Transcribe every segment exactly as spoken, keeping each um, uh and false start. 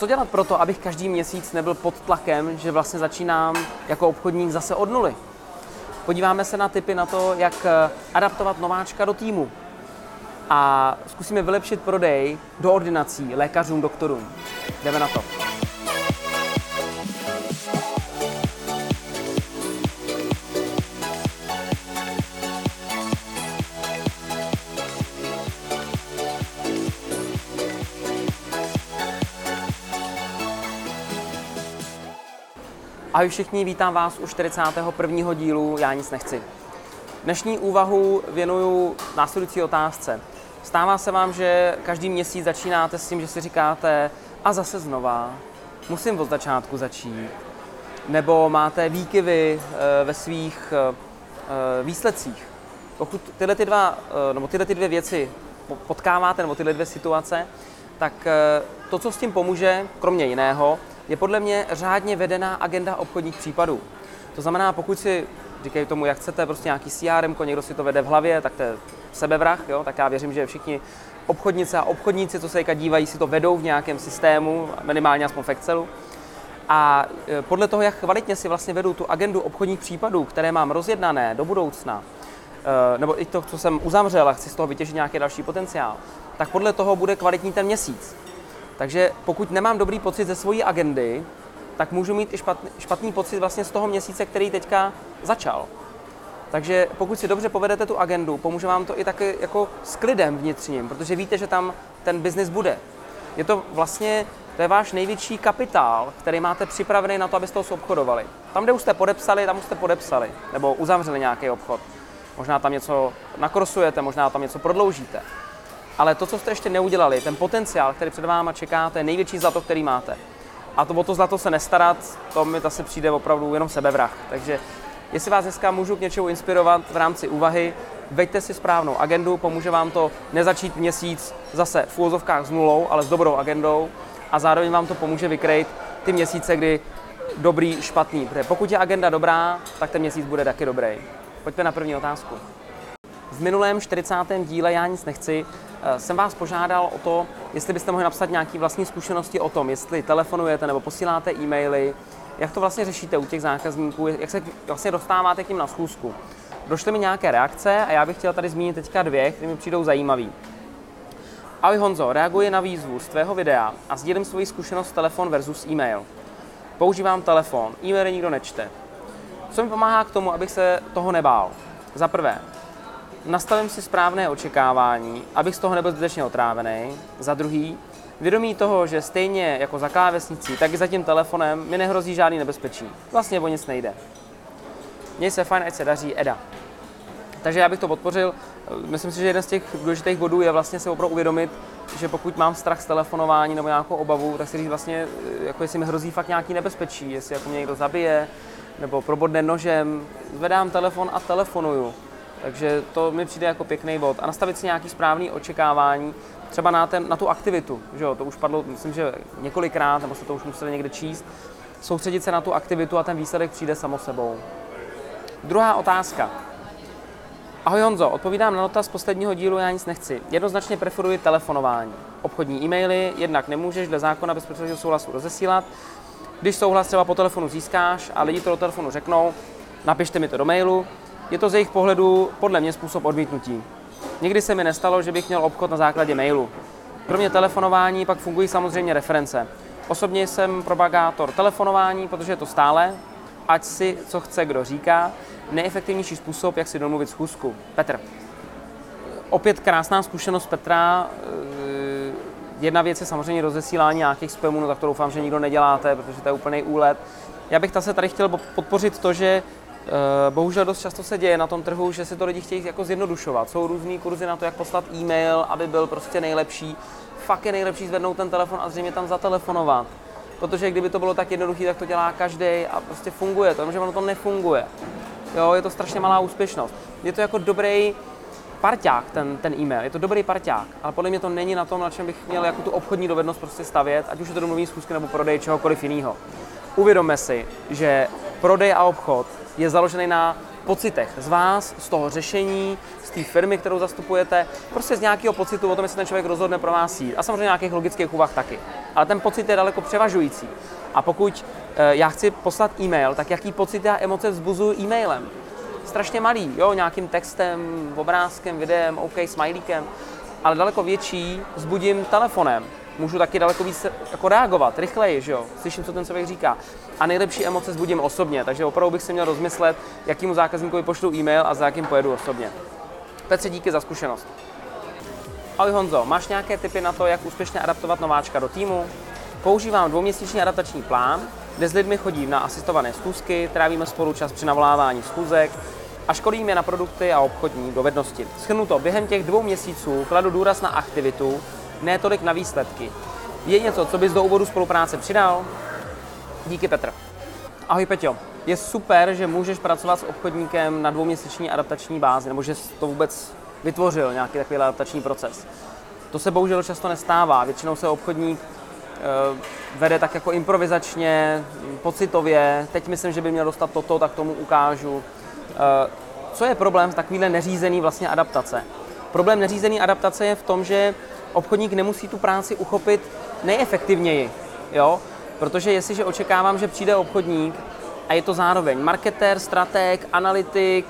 co dělat pro to, abych každý měsíc nebyl pod tlakem, že vlastně začínám jako obchodník zase od nuly? Podíváme se na tipy na to, jak adaptovat nováčka do týmu. A zkusíme vylepšit prodej do ordinací lékařům, doktorům. Jdeme na to. Ahoj všichni, vítám vás u čtyřicátého prvního dílu Já nic nechci. Dnešní úvahu věnuju následující otázce. Stává se vám, že každý měsíc začínáte s tím, že si říkáte a zase znova, musím od začátku začít, nebo máte výkyvy ve svých výsledcích. Pokud tyhle, ty dva, nebo tyhle ty dvě věci potkáváte, nebo tyhle dvě situace, tak to, co s tím pomůže, kromě jiného, je podle mě řádně vedená agenda obchodních případů. To znamená, pokud si, říkají tomu, jak chcete, prostě nějaký C R M, někdo si to vede v hlavě, tak to je sebevrah, jo? Tak já věřím, že všichni obchodnice a obchodníci, co se teďka dívají, si to vedou v nějakém systému, minimálně aspoň v Excelu. A podle toho, jak kvalitně si vlastně vedu tu agendu obchodních případů, které mám rozjednané do budoucna, nebo i to, co jsem uzavřel a chci z toho vytěžit nějaký další potenciál, tak podle toho bude kvalitní ten měsíc. Takže pokud nemám dobrý pocit ze svojí agendy, tak můžu mít i špatný, špatný pocit vlastně z toho měsíce, který teďka začal. Takže pokud si dobře povedete tu agendu, pomůže vám to i taky jako s klidem vnitřním, protože víte, že tam ten biznis bude. Je to vlastně, to je váš největší kapitál, který máte připravený na to, abyste ho obchodovali. Tam, kde už jste podepsali, tam už jste podepsali, nebo uzavřeli nějaký obchod. Možná tam něco nakrosujete, možná tam něco prodloužíte. Ale to, co jste ještě neudělali, ten potenciál, který před váma čeká, to je největší zlato, který máte. A to o to zlato se nestarat, to mi zase přijde opravdu jenom sebevrah. Takže jestli vás dneska můžu k něčemu inspirovat v rámci úvahy, veďte si správnou agendu, pomůže vám to nezačít měsíc zase v úvozovkách s nulou, ale s dobrou agendou a zároveň vám to pomůže vykrýt ty měsíce, kdy dobrý, špatný. Protože pokud je agenda dobrá, tak ten měsíc bude taky dobrý. Pojďme na první otázku. V minulém čtyřicátém díle Já nic nechci jsem vás požádal o to, jestli byste mohli napsat nějaké vlastní zkušenosti o tom, jestli telefonujete nebo posíláte e-maily, jak to vlastně řešíte u těch zákazníků, jak se vlastně dostáváte k ním na schůzku. Došly mi nějaké reakce a já bych chtěl tady zmínit teďka dvě, které mi přijdou zajímavé. Ahoj Honzo, reaguji na výzvu z tvého videa a sdílím svoji zkušenost telefon versus e-mail. Používám telefon, e-maily nikdo nečte. Co mi pomáhá k tomu, abych se toho nebál? Za prvé, nastavím si správné očekávání, abych z toho nebyl zbytečně otrávený. Za druhý, vědomí toho, že stejně jako za klávesnicí, tak i za tím telefonem mi nehrozí žádný nebezpečí. Vlastně o nic nejde. Měj se fajn, ať se daří, Eda. Takže já bych to podpořil. Myslím si, že jeden z těch důležitých bodů je vlastně si opravdu uvědomit, že pokud mám strach z telefonování nebo nějakou obavu, tak si říct vlastně, jako jestli mi hrozí fakt nějaký nebezpečí, jestli jako mě někdo zabije nebo probodne nožem, zvedám telefon a telefonuju. Takže to mi přijde jako pěkný bod. A nastavit si nějaký správný očekávání, třeba na, ten, na tu aktivitu. Že jo? To už padlo, myslím, že několikrát, nebo jste to už museli někde číst. Soustředit se na tu aktivitu a ten výsledek přijde samo sebou. Druhá otázka. Ahoj Honzo, odpovídám na dotaz z posledního dílu Já nic nechci. Jednoznačně preferuji telefonování. Obchodní e-maily jednak nemůžeš dle zákona bez předchozího souhlasu rozesílat. Když souhlas třeba po telefonu získáš a lidi to do telefonu řeknou, napište mi to do mailu. Je to z jejich pohledu podle mě způsob odmítnutí. Nikdy se mi nestalo, že bych měl obchod na základě mailu. Kromě telefonování pak fungují samozřejmě reference. Osobně jsem propagátor telefonování, protože je to stále, ať si co chce kdo říká, nejefektivnější způsob, jak si domluvit schůzku. Petr. Opět krásná zkušenost Petra. Jedna věc je samozřejmě rozesílání nějakých spamů, no tak to doufám, že nikdo neděláte, protože to je úplný úlet. Já bych se tady chtěl podpořit to, že bohužel dost často se děje na tom trhu, že si to lidi chtějí jako zjednodušovat. Jsou různý kurzy na to, jak poslat e-mail, aby byl prostě nejlepší. Fakt je nejlepší zvednout ten telefon a zřejmě tam zatelefonovat. Protože kdyby to bylo tak jednoduché, tak to dělá každý a prostě funguje to, protože ono to nefunguje. Jo, je to strašně malá úspěšnost. Je to jako dobrý parťák, ten, ten e-mail, je to dobrý parťák, ale podle mě to není na tom, na čem bych měl jako tu obchodní dovednost prostě stavět, ať už je to domluvní schůzky nebo prodej čehokoliv jiného. Uvědomme si, že prodej a obchod je založený na pocitech z vás, z toho řešení, z té firmy, kterou zastupujete, prostě z nějakého pocitu o tom, jestli ten člověk rozhodne pro vás jít. A samozřejmě nějakých logických úvah taky. Ale ten pocit je daleko převažující. A pokud e, já chci poslat e-mail, tak jaký pocit a emoce vzbuzuju e-mailem? Strašně malý, jo, nějakým textem, obrázkem, videem, OK, smajlíkem, ale daleko větší vzbudím telefonem. Můžu taky daleko víc jako reagovat, rychleji, že jo, slyším, co ten člověk říká. A nejlepší emoce vzbudím osobně, takže opravdu bych si měl rozmyslet, jakýmu zákazníkovi pošlu e-mail a za jakým pojedu osobně. Petře, díky za zkušenost. Ahoj Honzo, máš nějaké tipy na to, jak úspěšně adaptovat nováčka do týmu? Používám dvouměsíční adaptační plán, kde s lidmi chodím na asistované schůzky, trávíme spolu čas při navolávání schůzek a školím je na produkty a obchodní dovednosti. Shrnuto, během těch dvou měsíců kladu důraz na aktivitu, ne tolik na výsledky. Je něco, co bys do úvodu spolupráce přidal? Díky, Petr. Ahoj Peťo, je super, že můžeš pracovat s obchodníkem na dvouměsíční adaptační bázi, nebo že jsi to vůbec vytvořil, nějaký takový adaptační proces. To se bohužel často nestává, většinou se obchodník e, vede tak jako improvizačně, pocitově, teď myslím, že by měl dostat toto, tak tomu ukážu. E, co je problém s takovýhle neřízený vlastně adaptace? Problém neřízený adaptace je v tom, že obchodník nemusí tu práci uchopit nejefektivněji, jo? Protože jestliže očekávám, že přijde obchodník a je to zároveň marketér, strateg, analytik,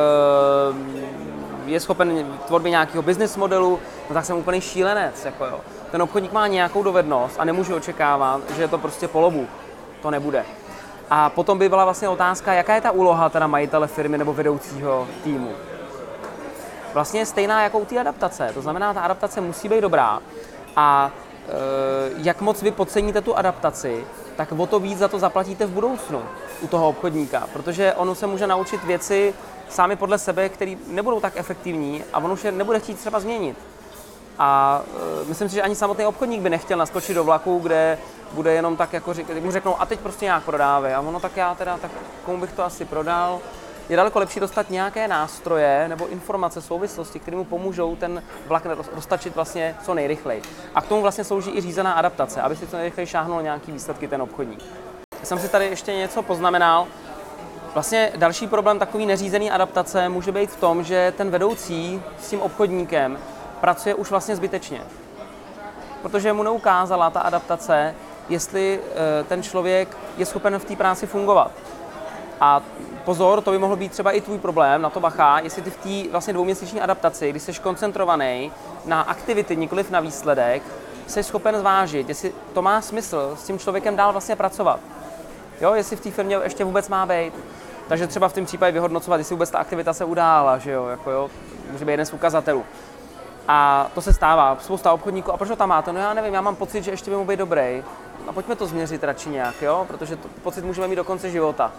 je schopen tvorbě nějakého business modelu, no tak jsem úplný šílenec. Jako jo. Ten obchodník má nějakou dovednost a nemůžu očekávat, že je to prostě polobůh. To nebude. A potom by byla vlastně otázka, jaká je ta úloha teda majitele firmy nebo vedoucího týmu. Vlastně je stejná jako u té adaptace. To znamená, ta adaptace musí být dobrá. A e, jak moc vy podceníte tu adaptaci, tak o to víc za to zaplatíte v budoucnu u toho obchodníka. Protože on se může naučit věci sami podle sebe, které nebudou tak efektivní a on už je nebude chtít třeba změnit. A e, myslím si, že ani samotný obchodník by nechtěl naskočit do vlaku, kde bude jenom tak jako řík, mu řeknou, a teď prostě nějak prodávej. A ono tak já teda, tak komu bych to asi prodal. Je daleko lepší dostat nějaké nástroje nebo informace, souvislosti, které mu pomůžou ten vlak roztačit vlastně co nejrychleji. A k tomu vlastně slouží i řízená adaptace, aby si co nejrychleji šáhnul nějaký výsledky ten obchodník. Jsem si tady ještě něco poznamenal. Vlastně další problém takový neřízený adaptace může být v tom, že ten vedoucí s tím obchodníkem pracuje už vlastně zbytečně. Protože mu neukázala ta adaptace, jestli ten člověk je schopen v té práci fungovat. A pozor, to by mohl být třeba i tvůj problém, na to bacha, jestli ty v té vlastně dvouměsíční adaptaci, když jsi koncentrovaný na aktivity, nikoliv na výsledek, jsi schopen zvážit, jestli to má smysl s tím člověkem dál vlastně pracovat. Jo, jestli v té firmě ještě vůbec má být. Takže třeba v tom případě vyhodnocovat, jestli vůbec ta aktivita se udála, že jo, jako jo, může být jeden z ukazatelů. A to se stává, spousta obchodníků, a proč ho tam máte? No já nevím, já mám pocit, že ještě by mohl být dobrý. A pojďme to změřit radši nějak, jo, protože to, pocit můžeme mít do konce života.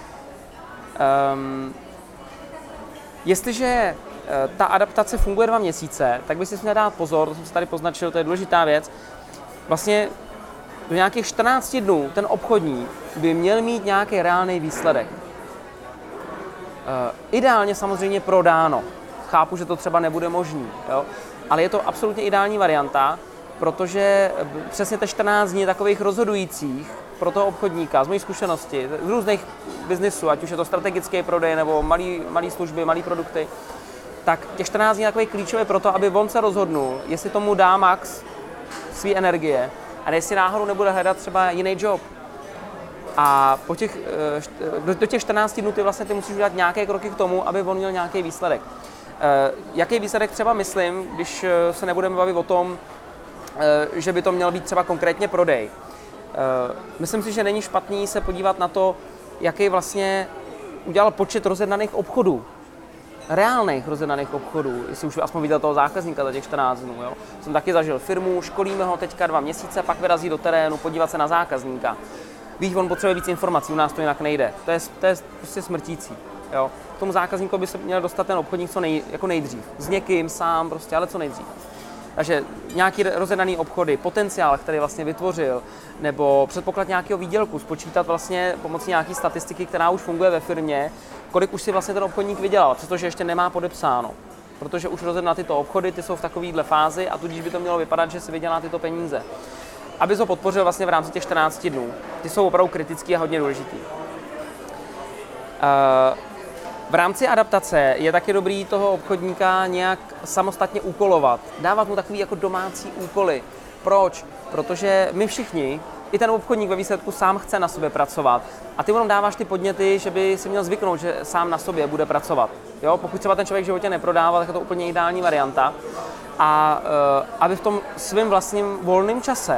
Um, jestliže uh, ta adaptace funguje dva měsíce, tak by si měl dát pozor, to jsem si tady poznačil, to je důležitá věc. Vlastně do nějakých čtrnácti dnů ten obchodník by měl mít nějaký reálný výsledek. Uh, ideálně samozřejmě prodáno. Chápu, že to třeba nebude možný, jo? Ale je to absolutně ideální varianta, protože přesně těch čtrnáct dní takových rozhodujících pro toho obchodníka, z mojí zkušenosti, z různých biznisů, ať už je to strategický prodej nebo malý, malý služby, malý produkty, tak těch čtrnáct dní je takový klíčový pro to, aby on se rozhodnul, jestli tomu dá max své energie a jestli náhodou nebude hledat třeba jiný job. A po těch, do těch čtrnácti dnů ty vlastně ty musíš udělat nějaké kroky k tomu, aby on měl nějaký výsledek. Jaký výsledek třeba myslím, když se nebudeme bavit o tom, že by to měl být třeba konkrétně prodej. Myslím si, že není špatný se podívat na to, jaký vlastně udělal počet rozjednaných obchodů. Reálných rozjednaných obchodů, jestli už aspoň viděl toho zákazníka za těch čtrnáct dnů. Jo. Jsem taky zažil firmu, školíme ho teďka dva měsíce, pak vyrazí do terénu, podívat se na zákazníka. Víš, on potřebuje víc informací, u nás to jinak nejde. To je, to je prostě smrtící. Jo. K tomu zákazníkovi by se měl dostat ten obchodník co nej, jako nejdřív. S někým, sám, prostě, ale co nejdřív. Takže nějaký rozjednaný obchody, potenciál, který vlastně vytvořil, nebo předpoklad nějakého výdělku, spočítat vlastně pomocí nějaké statistiky, která už funguje ve firmě, kolik už si vlastně ten obchodník vydělal, přestože ještě nemá podepsáno. Protože už rozjedná tyto obchody, ty jsou v takovéhle fázi a tudíž by to mělo vypadat, že si vydělá tyto peníze. Aby ho podpořil vlastně v rámci těch čtrnácti dnů. Ty jsou opravdu kritický a hodně důležitý. Uh, V rámci adaptace je taky dobrý toho obchodníka nějak samostatně úkolovat, dávat mu takový jako domácí úkoly. Proč? Protože my všichni, i ten obchodník ve výsledku sám chce na sobě pracovat. A ty mu dáváš ty podněty, že by si měl zvyknout, že sám na sobě bude pracovat. Jo? Pokud třeba ten člověk v životě neprodává, tak je to úplně ideální varianta. A uh, aby v tom svém vlastním volném čase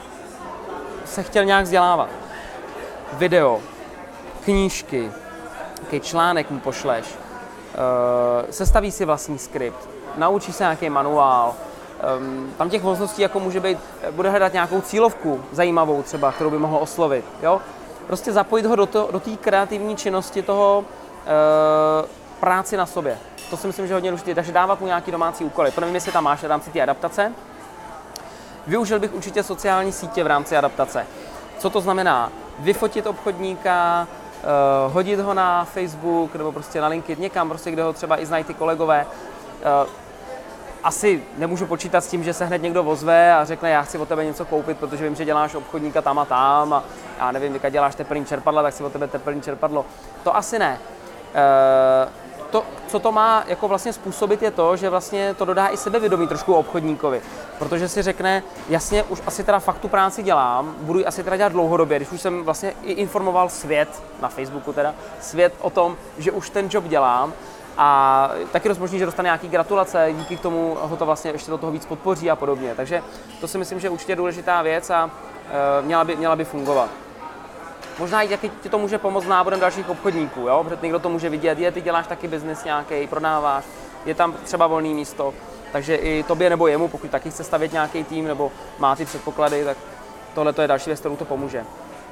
se chtěl nějak vzdělávat. Video, knížky, jaký článek mu pošleš, uh, sestaví si vlastní skript, naučí se nějaký manuál. Um, tam těch možností jako může být, bude hledat nějakou cílovku zajímavou třeba, kterou by mohl oslovit. Jo? Prostě zapojit ho do, to, do té kreativní činnosti toho uh, práci na sobě. To si myslím, že je hodně důležité. Takže dávat mu nějaký domácí úkoly. To nevím, jestli tam máš v rámci té adaptace. Využil bych určitě sociální sítě v rámci adaptace. Co to znamená? Vyfotit obchodníka, uh, hodit ho na Facebook nebo prostě na LinkedIn někam, prostě, kde ho třeba i znají ty kolegové. Uh, Asi nemůžu počítat s tím, že se hned někdo ozve a řekne, já chci od tebe něco koupit, protože vím, že děláš obchodníka tam a tam a já nevím, když děláš teplný čerpadla, tak si od tebe teplný čerpadlo. To asi ne. E, to, co to má jako vlastně způsobit, je to, že vlastně to dodá i sebevědomí trošku obchodníkovi, protože si řekne, jasně, už asi teda fakt tu práci dělám, budu ji asi teda dělat dlouhodobě, když už jsem vlastně i informoval svět, na Facebooku teda, svět o tom, že už ten job dělám. A taky dost možný, že dostane nějaký gratulace, díky k tomu ho to vlastně ještě do toho víc podpoří a podobně. Takže to si myslím, že je určitě důležitá věc a e, měla, by, měla by fungovat. Možná i taky ti to může pomoct náborem dalších obchodníků, jo? Protože někdo to může vidět, je, ty děláš taky biznis nějaký, prodáváš, je tam třeba volné místo, takže i tobě nebo jemu, pokud taky chce stavět nějaký tým nebo má ty předpoklady, tak tohle je další věc, kterou to pomůže.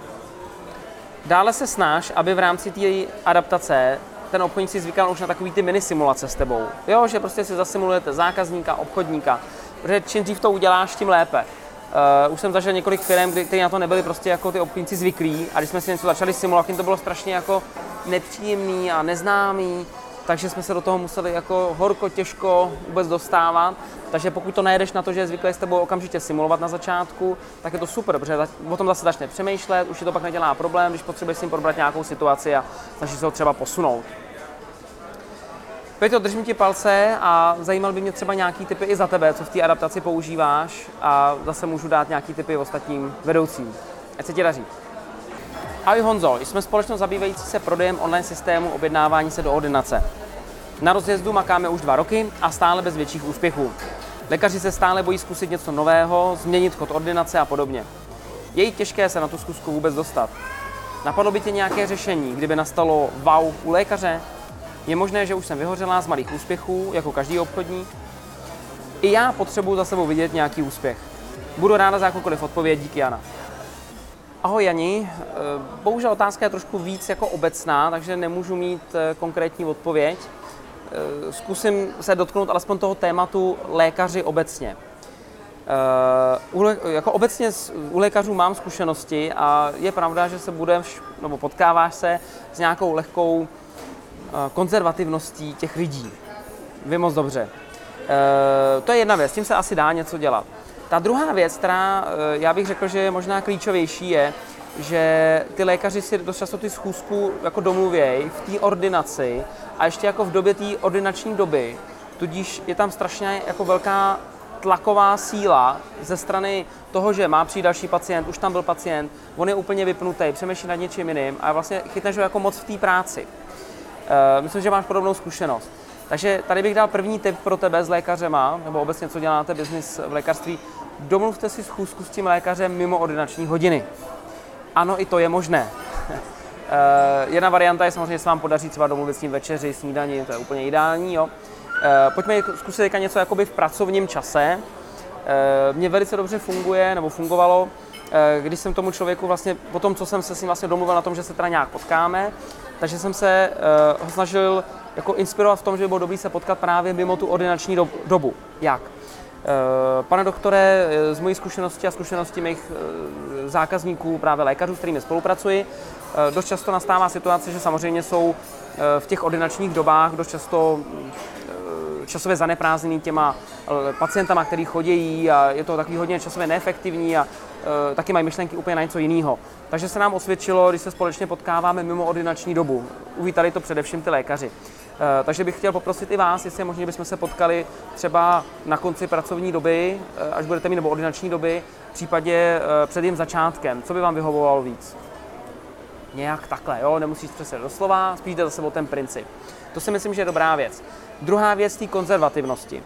Dále se snaž, aby v rámci té adaptace ten obchodník si zvykal už na takový ty mini simulace s tebou. Jo, že prostě si zasimulujete zákazníka, obchodníka, protože čím dřív to uděláš, tím lépe. Uh, už jsem zažil několik firm, kteří na to nebyli prostě jako ty obchodníci zvyklí a když jsme si něco začali simulovat, jim to bylo strašně jako nepříjemný a neznámý, takže jsme se do toho museli jako horko, těžko vůbec dostávat. Takže pokud to najedeš na to, že je zvyklý s tebou okamžitě simulovat na začátku, tak je to super, protože o tom zase začne přemýšlet, už je to pak nedělá problém, když potřebuješ s ním probrat nějakou situaci a snažíš se ho třeba posunout. Peťo, držím ti palce a zajímal by mě třeba nějaký tipy i za tebe, co v té adaptaci používáš a zase můžu dát nějaký tipy ostatním vedoucím. Ať se ti daří. Ahoj Honzo, jsme společnost zabývající se prodejem online systému objednávání se do ordinace. Na rozjezdu makáme už dva roky a stále bez větších úspěchů. Lékaři se stále bojí zkusit něco nového, změnit chod ordinace a podobně. Je jí těžké se na tu zkusku vůbec dostat. Napadlo by tě nějaké řešení, kdyby nastalo wow u lékaře? Je možné, že už jsem vyhořelá z malých úspěchů, jako každý obchodník? I já potřebuji za sebou vidět nějaký úspěch. Budu ráda za jakoukoliv odpověď, díky Jana. Ahoj Jani, bohužel otázka je trošku víc jako obecná, takže nemůžu mít konkrétní odpověď. Zkusím se dotknout alespoň toho tématu lékaři obecně. U, jako obecně u lékařů mám zkušenosti a je pravda, že se budeš, nebo potkáváš se s nějakou lehkou konzervativností těch lidí. Vím moc dobře. To je jedna věc, s tím se asi dá něco dělat. Ta druhá věc, která já bych řekl, že je možná klíčovější, je, že ty lékaři si dost často ty schůzku jako domluvějí v té ordinaci a ještě jako v době té ordinační doby, tudíž je tam strašně jako velká tlaková síla ze strany toho, že má přijít další pacient, už tam byl pacient, on je úplně vypnutý, přemýšlí nad něčím jiným a vlastně chytneš ho jako moc v té práci. Uh, myslím, že máš podobnou zkušenost. Takže tady bych dal první tip pro tebe s lékařema, nebo obecně, co děláte biznis v lékařství. Domluvte si schůzku s tím lékařem mimo ordinační hodiny. Ano, i to je možné. uh, jedna varianta je samozřejmě, že se vám podaří třeba domluvit s ním večeři, snídani, to je úplně ideální. Jo? Uh, pojďme zkusit teďka něco jakoby v pracovním čase. Uh, mně velice dobře funguje, nebo fungovalo, uh, když jsem tomu člověku vlastně, po tom, co jsem se s ním vlastně domluvil na tom, že se teda nějak potkáme, takže jsem se uh, ho snažil jako inspirovat v tom, že by bylo dobré se potkat právě mimo tu ordinační do, dobu. Jak? Uh, pane doktore, z mojí zkušenosti a zkušenosti mých uh, zákazníků, právě lékařů, s kterými spolupracuji, uh, dost často nastává situace, že samozřejmě jsou uh, v těch ordinačních dobách dost často uh, časově zaneprázdněný těma uh, pacientama, který chodí a je to takový hodně časově neefektivní a e, taky mají myšlenky úplně na něco jiného. Takže se nám osvědčilo, když se společně potkáváme mimo ordinační dobu. Uvítali to především ty lékaři. E, takže bych chtěl poprosit i vás, jestli je možné, bychom se potkali třeba na konci pracovní doby, e, až budete mít, nebo ordinační doby, v případě e, před jejím začátkem. Co by vám vyhovovalo víc? Nějak takhle, jo, nemusíš přesně doslova, spíš jde zase o ten princip. To si myslím, že je dobrá věc. Druhá věc té konzervativnosti.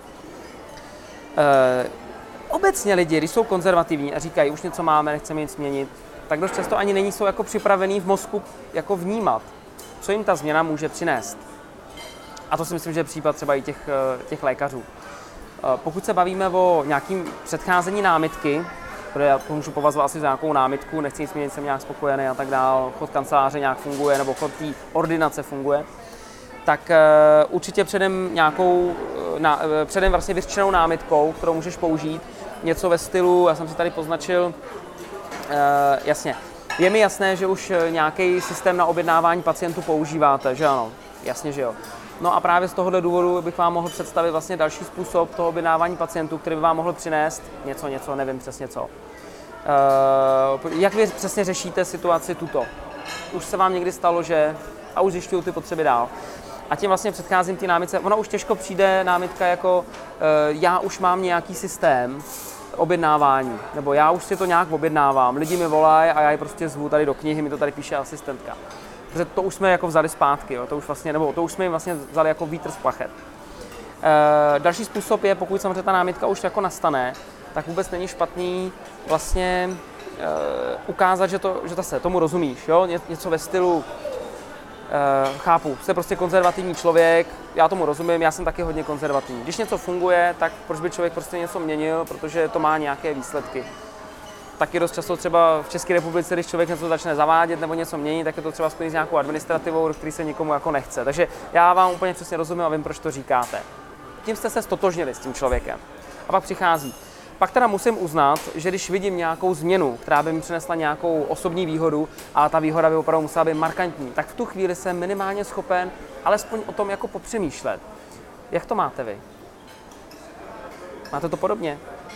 E, obecně lidi, když jsou konzervativní a říkají, už něco máme, nechceme nic změnit, tak dost často ani není jsou jako připravený v mozku jako vnímat, co jim ta změna může přinést. A to si myslím, že je případ třeba i těch, těch lékařů. E, pokud se bavíme o nějakým předcházení námitky, protože já to můžu považovat asi za nějakou námitku, nechci nic změnit, jsem nějak spokojený a tak dál, chod kanceláře nějak funguje, nebo chod té ordinace funguje, tak uh, určitě předem nějakou, na, uh, předem vlastně vyřčenou námitkou, kterou můžeš použít, něco ve stylu, já jsem si tady poznačil, uh, jasně, je mi jasné, že už nějaký systém na objednávání pacientů používáte, že ano, jasně, že jo. No a právě z tohohle důvodu bych vám mohl představit vlastně další způsob toho objednávání pacientů, který by vám mohl přinést něco, něco, nevím přesně co. Uh, jak vy přesně řešíte situaci tuto? Už se vám někdy stalo, že... A už zjišťuju ty potřeby dál. A tím vlastně předcházím ty námitce. Ona už těžko přijde námitka jako uh, já už mám nějaký systém objednávání, nebo já už si to nějak objednávám, lidi mi volají a já je prostě zvu tady do knihy, mi to tady píše asistentka. Protože to už jsme jako vzali zpátky, jo? To už vlastně, nebo to už jsme jim vlastně vzali jako vítr z plachet. E, další způsob je, pokud samozřejmě ta námitka už jako nastane, tak vůbec není špatný vlastně e, ukázat, že, to, že zase tomu rozumíš, jo? Ně, něco ve stylu e, chápu, jste prostě konzervativní člověk, já tomu rozumím, já jsem taky hodně konzervativní. Když něco funguje, tak proč by člověk prostě něco měnil, protože to má nějaké výsledky. Taky dost často třeba v České republice, když člověk něco začne zavádět nebo něco měnit, tak je to třeba spojené s nějakou administrativou, do které se nikomu jako nechce. Takže já vám úplně přesně rozumím a vím, proč to říkáte. Tím jste se stotožnili s tím člověkem. A pak přichází. Pak teda musím uznat, že když vidím nějakou změnu, která by mi přinesla nějakou osobní výhodu, a ta výhoda by opravdu musela být markantní, tak v tu chvíli jsem minimálně schopen alespoň o tom jako popřemýšlet. Jak to máte vy? Máte to podobně?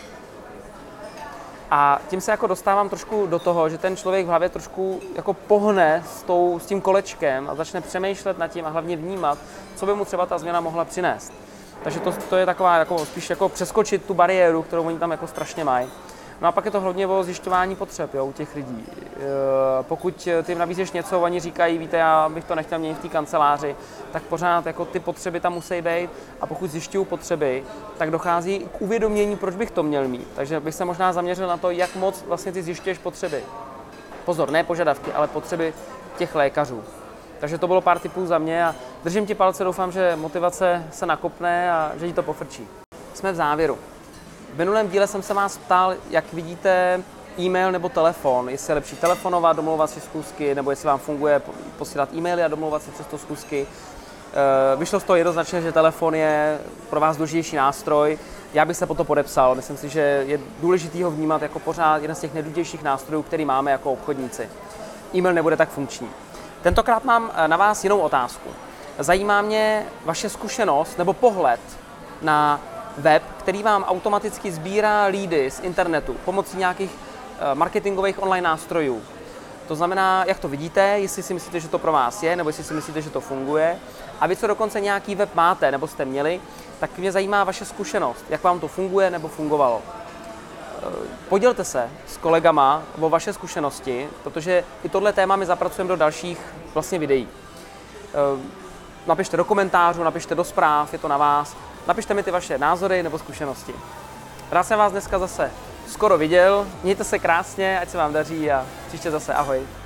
A tím se jako dostávám trošku do toho, že ten člověk v hlavě trošku jako pohne s, tou, s tím kolečkem a začne přemýšlet nad tím a hlavně vnímat, co by mu třeba ta změna mohla přinést. Takže to, to je taková jako, spíš jako přeskočit tu bariéru, kterou oni tam jako strašně mají. No a pak je to hlavně o zjišťování potřeb, jo, u těch lidí. E, pokud ty jim nabízíš něco, oni říkají, víte, já bych to nechtěl měnit v té kanceláři, tak pořád jako ty potřeby tam musí být a pokud zjišťují potřeby, tak dochází k uvědomění, proč bych to měl mít. Takže bych se možná zaměřil na to, jak moc vlastně ty zjišťuješ potřeby. Pozor, ne požadavky, ale potřeby těch lékařů. Takže to bylo pár tipů za mě a držím ti palce, doufám, že motivace se nakopne a že ti to pofrčí. Jsme v závěru. V minulém díle jsem se vás ptal, jak vidíte e-mail nebo telefon, jestli je lepší telefonovat, domlouvat si schůzky, nebo jestli vám funguje posílat e-maily a domlouvat si přes to schůzky. Vyšlo z toho jednoznačně, že telefon je pro vás důležitější nástroj. Já bych se po to podepsal. Myslím si, že je důležitý ho vnímat jako pořád jeden z těch nejdůležitějších nástrojů, který máme jako obchodníci. E-mail nebude tak funkční. Tentokrát mám na vás jinou otázku. Zajímá mě vaše zkušenost nebo pohled na web, který vám automaticky sbírá lídy z internetu pomocí nějakých marketingových online nástrojů. To znamená, jak to vidíte, jestli si myslíte, že to pro vás je, nebo jestli si myslíte, že to funguje. A vy, co dokonce nějaký web máte, nebo jste měli, tak mě zajímá vaše zkušenost, jak vám to funguje, nebo fungovalo. Podělte se s kolegama o vaše zkušenosti, protože i tohle téma my zapracujeme do dalších vlastně videí. Napište do komentářů, napište do zpráv, je to na vás. Napište mi ty vaše názory nebo zkušenosti. Rád jsem vás dneska zase skoro viděl, mějte se krásně, ať se vám daří a příště zase ahoj.